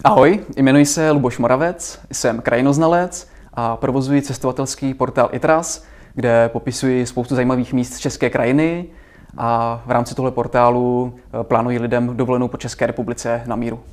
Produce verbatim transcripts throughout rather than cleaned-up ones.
Ahoj, jmenuji se Luboš Moravec, jsem krajinoznalec a provozuji cestovatelský portál iTras, kde popisuji spoustu zajímavých míst z české krajiny a v rámci tohle portálu plánuji lidem dovolenou po České republice na míru.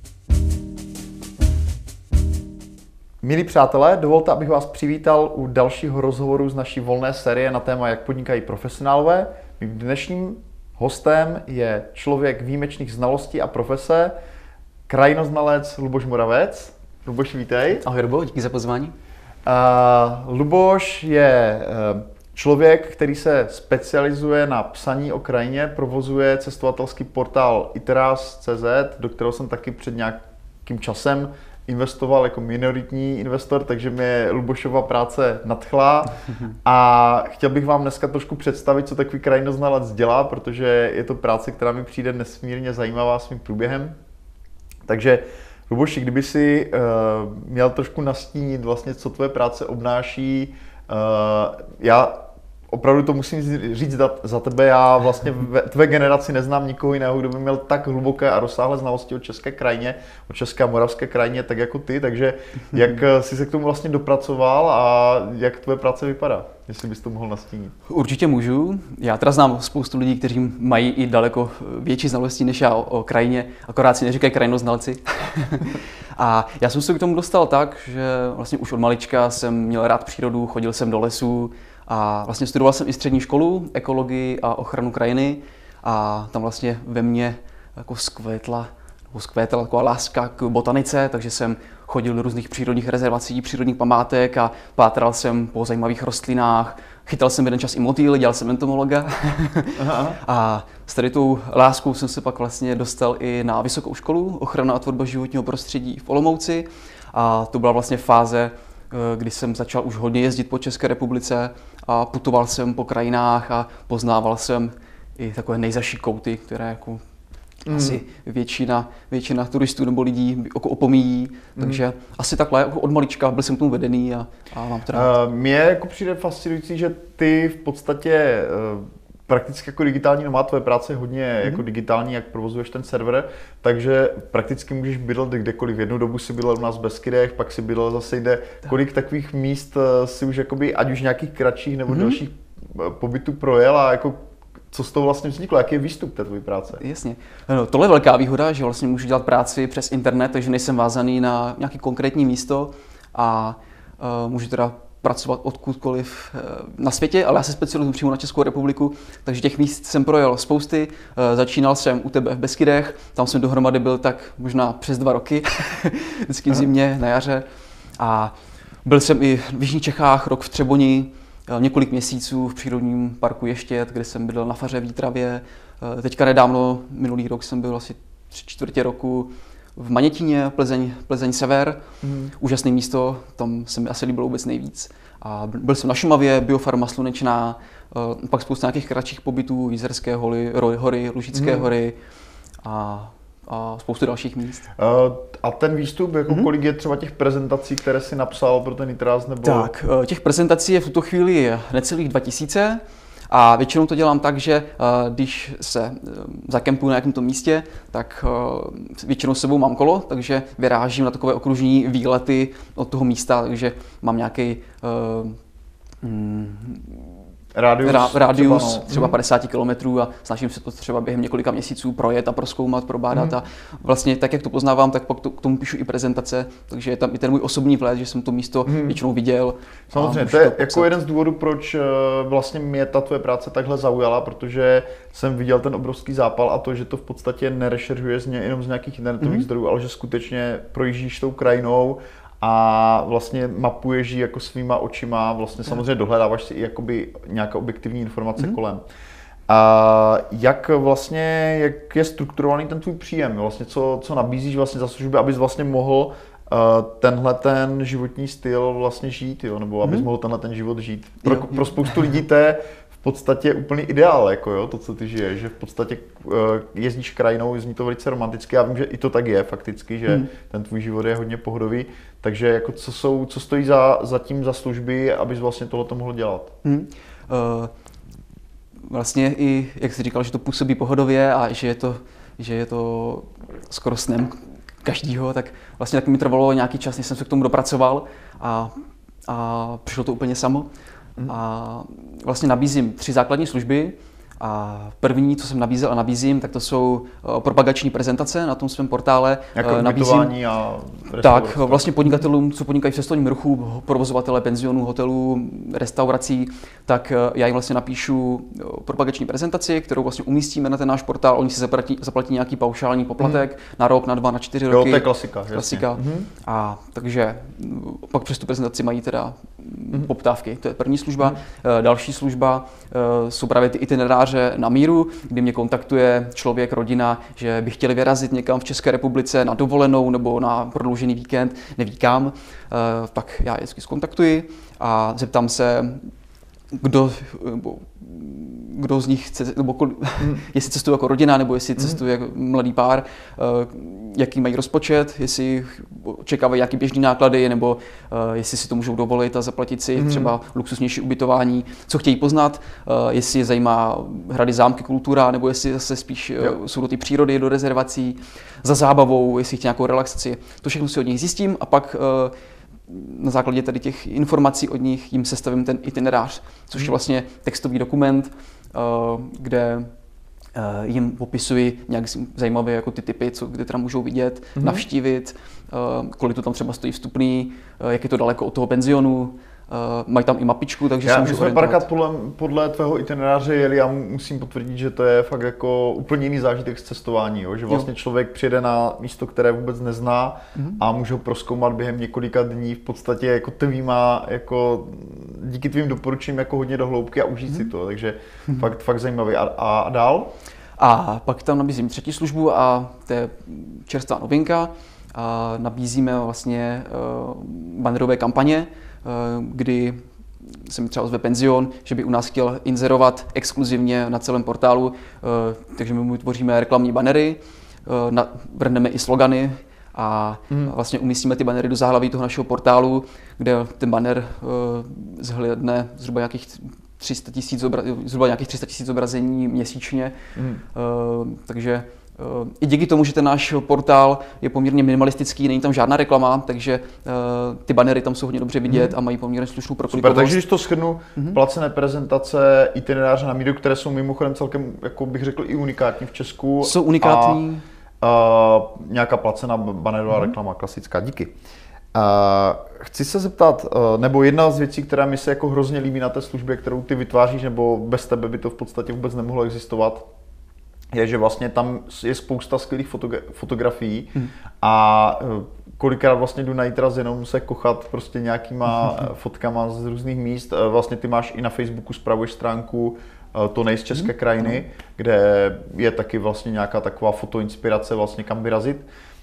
Milí přátelé, dovolte, abych vás přivítal u dalšího rozhovoru z naší volné série na téma, jak podnikají profesionálové. Mým dnešním hostem je člověk výjimečných znalostí a profese, krajinoznalec Luboš Moravec. Luboš, vítej. Ahoj Rubo, díky za pozvání. Uh, Luboš je uh, člověk, který se specializuje na psaní o krajině, provozuje cestovatelský portál itras tečka cé zet, do kterého jsem taky před nějakým časem investoval jako minoritní investor, takže mě Lubošova práce nadchla a chtěl bych vám dneska trošku představit, co takový krajinoznalec dělá, protože je to práce, která mi přijde nesmírně zajímavá svým průběhem. Takže Luboši, kdyby si uh, měl trošku nastínit vlastně, co tvoje práce obnáší, uh, já opravdu to musím říct za tebe, já vlastně ve tvé generaci neznám nikoho jiného, kdo by měl tak hluboké a rozsáhlé znalosti o české krajině, o české a moravské krajině, tak jako ty, takže jak jsi se k tomu vlastně dopracoval a jak tvoje práce vypadá, jestli bys to mohl nastínit? Určitě můžu. Já teda znám spoustu lidí, kteří mají i daleko větší znalosti než já o, o krajině, akorát si neříkají krajinoznalci. A já jsem se k tomu dostal tak, že vlastně už od malička jsem měl rád přírodu, chodil jsem do lesů, a vlastně studoval jsem i střední školu, ekologii a ochranu krajiny a tam vlastně ve mně jako zkvétla, nebo zkvétala taková láska k botanice, takže jsem chodil do různých přírodních rezervací, přírodních památek a pátral jsem po zajímavých rostlinách. Chytal jsem jeden čas i motýly, dělal jsem entomologa. Aha. A s tady tou láskou jsem se pak vlastně dostal i na vysokou školu ochrana a tvorba životního prostředí v Olomouci a to byla vlastně fáze, kdy jsem začal už hodně jezdit po České republice a putoval jsem po krajinách a poznával jsem i takové nejzaší kouty, které jako mm. asi většina, většina turistů nebo lidí jako opomíjí. Mm. Takže asi takhle jako od malička byl jsem k tomu vedený a, a mám to rád. Uh, Mně jako přijde fascinující, že ty v podstatě uh, prakticky jako digitální nomad, tvoje práce je hodně mm. jako digitální, jak provozuješ ten server, takže prakticky můžeš bydlet kdekoliv. Jednu dobu si bydlel u nás v Beskydech, pak si bydlel zase jde. Tak. Kolik takových míst si už jakoby, ať už nějakých kratších nebo mm. delších pobytů projel a jako co z toho vlastně vzniklo? Jaký je výstup té tvojí práce? Jasně. No, tohle je velká výhoda, že vlastně můžu dělat práci přes internet, takže nejsem vázaný na nějaké konkrétní místo a uh, můžu teda pracovat odkudkoliv na světě, ale já se specializuji přímo na Českou republiku, takže těch míst jsem projel spousty. Začínal jsem u tebe v Beskydech, tam jsem dohromady byl tak možná přes dva roky, vždycky v zimě, na jaře. A byl jsem i v Jižních Čechách, rok v Třeboni, několik měsíců v přírodním parku Ještěd, kde jsem bydlel na faře Vítravě. Teďka nedávno, minulý rok jsem byl asi tři čtvrtě roku v Manětíně, Plzeň, Plzeň sever, mm. úžasné místo, tam se mi asi líbilo vůbec nejvíc. A byl jsem na Šumavě, biofarma Slunečná, pak spousta nějakých kratších pobytů, Jizerské hory, hory, Lužické mm. hory a, a spoustu dalších míst. Uh, a ten výstup, jako mm. kolik je třeba těch prezentací, které jsi napsal pro ten itras? Nebo... Tak, těch prezentací je v tuto chvíli necelých dva tisíce. A většinou to dělám tak, že když se zakempuju na jakýmto místě, tak většinou s sebou mám kolo, takže vyrážím na takové okružní výlety od toho místa, takže mám nějaký uh, mm, Rádius, Rá, rádius třeba, no. třeba padesát kilometrů a snažím se to třeba během několika měsíců projet a prozkoumat, probádat mm. a vlastně tak, jak to poznávám, tak pak to, k tomu píšu i prezentace, takže je tam i ten můj osobní vhled, že jsem to místo mm. většinou viděl. Samozřejmě, to je to jako jeden z důvodů, proč vlastně mě ta tvoje práce takhle zaujala, protože jsem viděl ten obrovský zápal a to, že to v podstatě nerešeržuje jenom z nějakých internetových mm. zdrojů, ale že skutečně projíždíš tou krajinou a vlastně mapuješ ji jako svýma očima, vlastně samozřejmě dohledáváš si i jakoby nějaká objektivní informace mm. kolem. A jak vlastně, jak je strukturovaný ten tvůj příjem, vlastně co, co nabízíš vlastně za služby, abys vlastně mohl uh, tenhle ten životní styl vlastně žít, jo? Nebo abys mm. mohl tenhle ten život žít. Pro, jo, jo. pro spoustu lidí to je v podstatě úplný ideál, jako jo, to, co ty žiješ, že v podstatě uh, jezdíš krajinou, zní to velice romanticky, já vím, že i to tak je fakticky, že hmm. ten tvůj život je hodně pohodový, takže jako co, jsou, co stojí za, za tím za služby, abys vlastně tohleto mohl dělat? Hmm. Uh, vlastně i, jak jsi říkal, že to působí pohodově a že je to, že je to skoro snem každýho, tak vlastně tak mi trvalo nějaký čas, než jsem se k tomu dopracoval a, a přišlo to úplně samo. Mm. A vlastně nabízím tři základní služby. A první, co jsem nabízel a nabízím, tak to jsou propagační prezentace na tom svém portále. Jako nabízím a tak vlastně podnikatelům, co podnikají v cestovním ruchu, provozovatele penzionů, hotelů, restaurací, tak já jim vlastně napíšu propagační prezentaci, kterou vlastně umístíme na ten náš portál. Oni si zaplatí, zaplatí nějaký paušální poplatek hmm. na rok, na dva, na čtyři roky. Jo, to je klasika. Klasika. Hmm. A takže pak přes tu prezentaci mají teda hmm. poptávky. To je první služba. Hmm. Další služba jsou právě ty itineráře na míru, kdy mě kontaktuje člověk, rodina, že by chtěli vyrazit někam v České republice na dovolenou nebo na prodloužený víkend, neví kam, tak já je vždycky zkontaktuji a zeptám se, kdo, kdo z nich chce, nebo hmm. jestli cestují jako rodina, nebo jestli cestují jako mladý pár, jaký mají rozpočet, jestli očekávají nějaké běžné náklady, nebo jestli si to můžou dovolit a zaplatit si hmm. třeba luxusnější ubytování, co chtějí poznat, jestli je zajímá hrady, zámky, kultura, nebo jestli zase spíš jo. jsou do té přírody, do rezervací, za zábavou, jestli chtějí nějakou relaxaci. To všechno si od nich zjistím a pak na základě tady těch informací od nich jim sestavím ten itinerář, což je vlastně textový dokument, kde jim popisuji nějak zajímavé jako ty typy, co kde tam můžou vidět, mm-hmm. navštívit, kolik to tam třeba stojí vstupný, jak je to daleko od toho penzionu. Uh, mají tam i mapičku, takže já, se můžu jsme párkrát podle, podle tvého itineráře jeli a musím potvrdit, že to je fakt jako úplně jiný zážitek z cestování, jo? Že vlastně jo. člověk přijede na místo, které vůbec nezná mm-hmm. a může ho prozkoumat během několika dní v podstatě jako tvýma, jako díky tvým doporučením jako hodně do hloubky a užít mm-hmm. si to, takže mm-hmm. fakt, fakt zajímavý. A, a dál? A pak tam nabízím třetí službu a to je čerstvá novinka. A nabízíme vlastně uh, bannerové kampaně, kdy se mi třeba ozve penzion, že by u nás chtěl inzerovat exkluzivně na celém portálu, takže my mu tvoříme reklamní banery, vrhneme i slogany a hmm. vlastně umístíme ty banery do záhlaví toho našeho portálu, kde ten banner zhlédne zhruba nějakých tři sta tisíc obra- zhruba nějakých tři sta tisíc zobrazení měsíčně, hmm. takže i díky tomu, že ten náš portál je poměrně minimalistický, není tam žádná reklama, takže uh, ty banery tam jsou hodně dobře vidět mm. a mají poměrně slušnou proklikovost. Takže když to shrnu, mm. placené prezentace, itineráře na míru, které jsou mimochodem celkem, jako bych řekl, i unikátní v Česku. Jsou unikátní. A, a nějaká placená banerová mm. reklama, klasická. Díky. A chci se zeptat, nebo jedna z věcí, která mi se jako hrozně líbí na té službě, kterou ty vytváříš, nebo bez tebe by to v podstatě vůbec nemohlo existovat, je, že vlastně tam je spousta skvělých fotogra- fotografií hmm. a kolikrát vlastně jdu na Jitras jenom se kochat prostě nějakýma fotkama z různých míst. Vlastně ty máš i na Facebooku, spravuješ stránku To nej z České hmm. krajiny, hmm. kde je taky vlastně nějaká taková fotoinspirace vlastně kam vyrazit.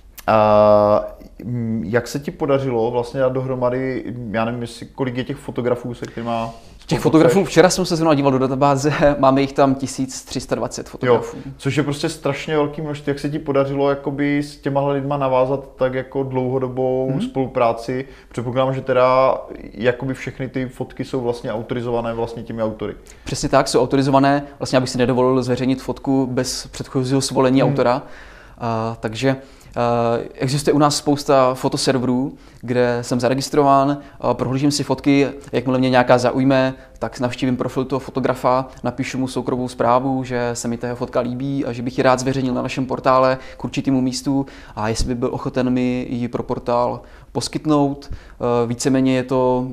A jak se ti podařilo vlastně dát dohromady, já nevím, jestli, kolik je těch fotografů, se kterýma Těch fotografů, včera jsem se zrovna díval do databáze, máme jich tam tisíc tři sta dvacet fotografů. Jo, což je prostě strašně velký množství. Jak se ti podařilo jakoby s těma lidma navázat tak jako dlouhodobou hmm. spolupráci? Předpokládám, že teda jakoby všechny ty fotky jsou vlastně autorizované vlastně těmi autory. Přesně tak, jsou autorizované. Vlastně abych si nedovolil zveřejnit fotku bez předchozího svolení hmm. autora. A, takže Uh, existuje u nás spousta fotoserverů, kde jsem zaregistrován, uh, prohlížím si fotky, jakmile mě nějaká zaujme, tak navštívím profil toho fotografa, napíšu mu soukromou zprávu, že se mi ta fotka líbí a že bych ji rád zveřejnil na našem portále k určitému místu a jestli by byl ochoten mi ji pro portál poskytnout. Uh, víceméně je to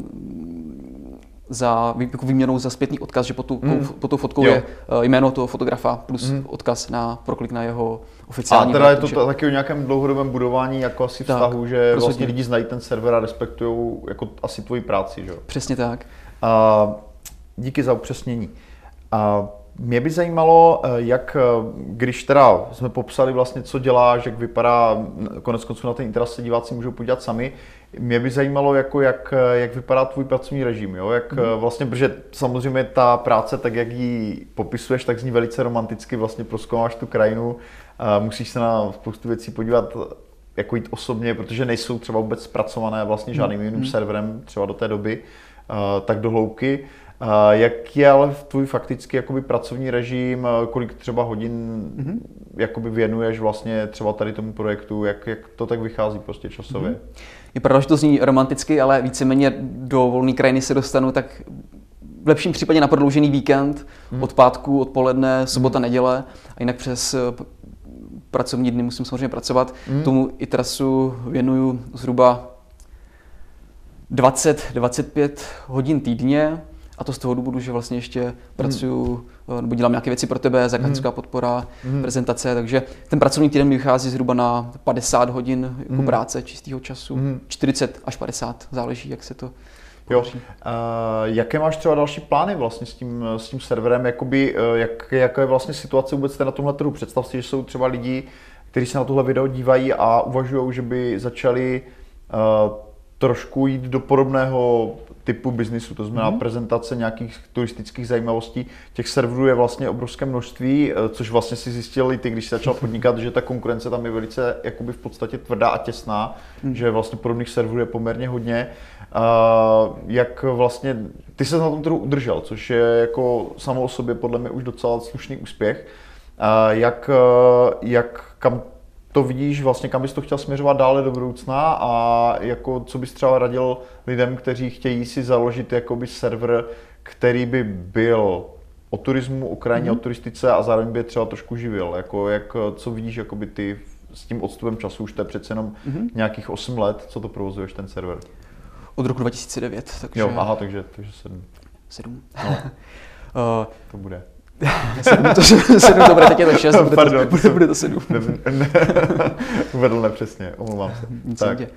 za výměnou za zpětný odkaz, že pod tou, mm. pod tou fotkou jo. je jméno toho fotografa plus mm. odkaz na proklik na jeho oficiální. A teda je to t- taky o nějakém dlouhodobém budování jako asi vztahu, tak, že rozhodně. Vlastně lidi znají ten server a respektují jako asi tvoji práci, že? Přesně tak. A, díky za upřesnění. A mě by zajímalo, jak, když teda jsme popsali vlastně, co děláš, jak vypadá, konec konců na ten interes se diváci můžou podívat sami, mě by zajímalo, jako jak, jak vypadá tvůj pracovní režim, jo? Jak mm. vlastně, protože samozřejmě ta práce, tak jak ji popisuješ, tak zní velice romanticky, vlastně prozkoumáš tu krajinu, musíš se na spoustu věcí podívat, jako jít osobně, protože nejsou třeba vůbec zpracované vlastně žádným jiným mm. serverem, třeba do té doby, tak do hloubky. Jak je ale tvůj faktický jakoby pracovní režim, kolik třeba hodin mm-hmm. jakoby věnuješ vlastně třeba tady tomu projektu, jak, jak to tak vychází prostě časově? Mm-hmm. Je pravda, že to zní romanticky, ale víceméně do volné krajiny se dostanu tak v lepším případě na prodloužený víkend, mm-hmm. od pátku, odpoledne, sobota, mm-hmm. neděle a jinak přes pracovní dny musím samozřejmě pracovat. Mm-hmm. Tomu iTerasu věnuju zhruba dvacet až dvacet pět hodin týdně. A to z toho důvodu, že vlastně ještě pracuju, mm. nebo dělám nějaké věci pro tebe, zákaznická mm. podpora, mm. prezentace, takže ten pracovní týden mi vychází zhruba na padesát hodin jako mm. práce čistého času, mm. čtyřicet až padesát, záleží, jak se to podaří. Uh, jaké máš třeba další plány vlastně s tím, s tím serverem, jakoby, uh, jak, jaká je vlastně situace vůbec na tomhle trhu? Představ si, že jsou třeba lidi, kteří se na tohle video dívají a uvažují, že by začali uh, trošku jít do podobného typu biznisu, to znamená mm-hmm. prezentace nějakých turistických zajímavostí. Těch serverů je vlastně obrovské množství, což vlastně si zjistil i ty, když jsi začal podnikat, že ta konkurence tam je velice jakoby v podstatě tvrdá a těsná, mm. že vlastně podobných serverů je poměrně hodně. Uh, jak vlastně, ty se na tom trhu udržel, což je jako samo o sobě podle mě už docela slušný úspěch. Uh, jak, uh, jak kam to vidíš, vlastně kam bys to chtěl směřovat dále do budoucna a jako co bys třeba radil lidem, kteří chtějí si založit jakoby server, který by byl o turismu, o krajině, mm-hmm. o turistice a zároveň by je třeba trošku živil. Jako, jak, co vidíš jakoby ty s tím odstupem času, už to je přece jenom mm-hmm. nějakých osm let, co to provozuješ ten server? Od roku dva tisíce devět, takže... Jo, aha, takže, takže sedm. Sedm. No. To bude. sedm, to, sedm, dobré, teď je to šest, bude, Pardon, to, bude, bude to sedm. Ne, ne, uvedl nepřesně, omlouvám se. Tak. Uh,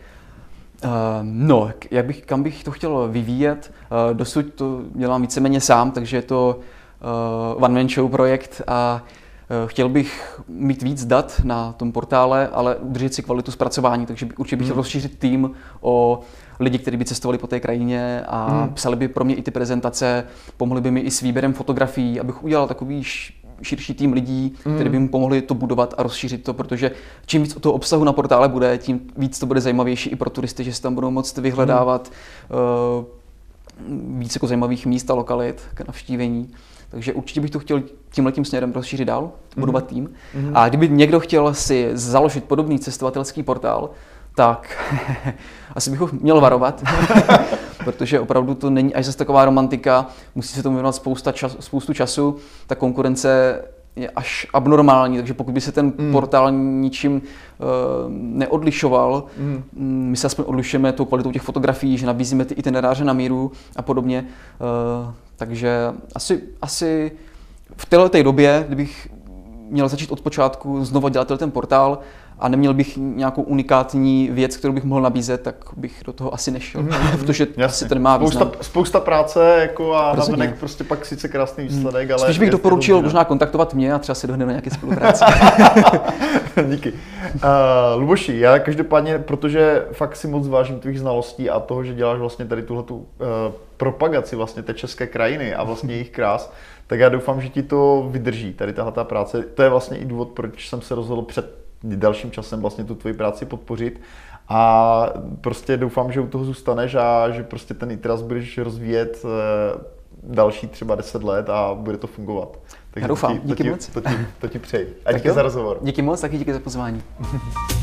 no, jak bych, kam bych to chtěl vyvíjet, uh, dosud to dělám víceméně sám, takže je to uh, one man show projekt a uh, chtěl bych mít víc dat na tom portále, ale udržet si kvalitu zpracování, takže by, určitě bych chtěl hmm. rozšířit tým o lidi, kteří by cestovali po té krajině a hmm. psali by pro mě i ty prezentace, pomohli by mi i s výběrem fotografií, abych udělal takový širší tým lidí, hmm. kteří by mi pomohli to budovat a rozšířit to, protože čím víc toho obsahu na portále bude, tím víc to bude zajímavější i pro turisty, že si tam budou moct vyhledávat hmm. uh, víc jako zajímavých míst a lokalit k navštívení. Takže určitě bych to chtěl tímhletím směrem rozšířit dál, budovat tým. Hmm. A kdyby někdo chtěl si založit podobný cestovatelský portál, tak asi bych ho měl varovat, protože opravdu to není až zase taková romantika, musí se tomu věnovat spousta čas, spoustu času, ta konkurence je až abnormální, takže pokud by se ten mm. portál ničím uh, neodlišoval, mm. my se aspoň odlišujeme tou kvalitou těch fotografií, že nabízíme ty itineráře na míru a podobně, uh, takže asi, asi v této době, kdybych měl začít od počátku znova dělat ten portál, a neměl bych nějakou unikátní věc, kterou bych mohl nabízet, tak bych do toho asi nešel, mm-hmm. protože Jasně. asi to nemá spousta, význam. Spousta práce jako a navenek prostě pak sice krásný výsledek, mm. ale... Spíš bych doporučil možná kontaktovat mě a třeba si dohodneme na nějaké spolupráci. Díky. Uh, Luboši, já každopádně, protože fakt si moc vážím tvých znalostí a toho, že děláš vlastně tady tuhletu uh, propagaci vlastně té české krajiny a vlastně jejich krás, tak já doufám, že ti to vydrží, tady tahleta práce. To je vlastně i důvod, proč jsem se rozhodl před dalším časem vlastně tu tvoji práci podpořit a prostě doufám, že u toho zůstaneš a že prostě ten iTeras budeš rozvíjet další třeba deset let a bude to fungovat. Takže já doufám, to ti, díky to moc. Ti, to, ti, to ti přeji. A díky za rozhovor. Díky moc, taky díky za pozvání.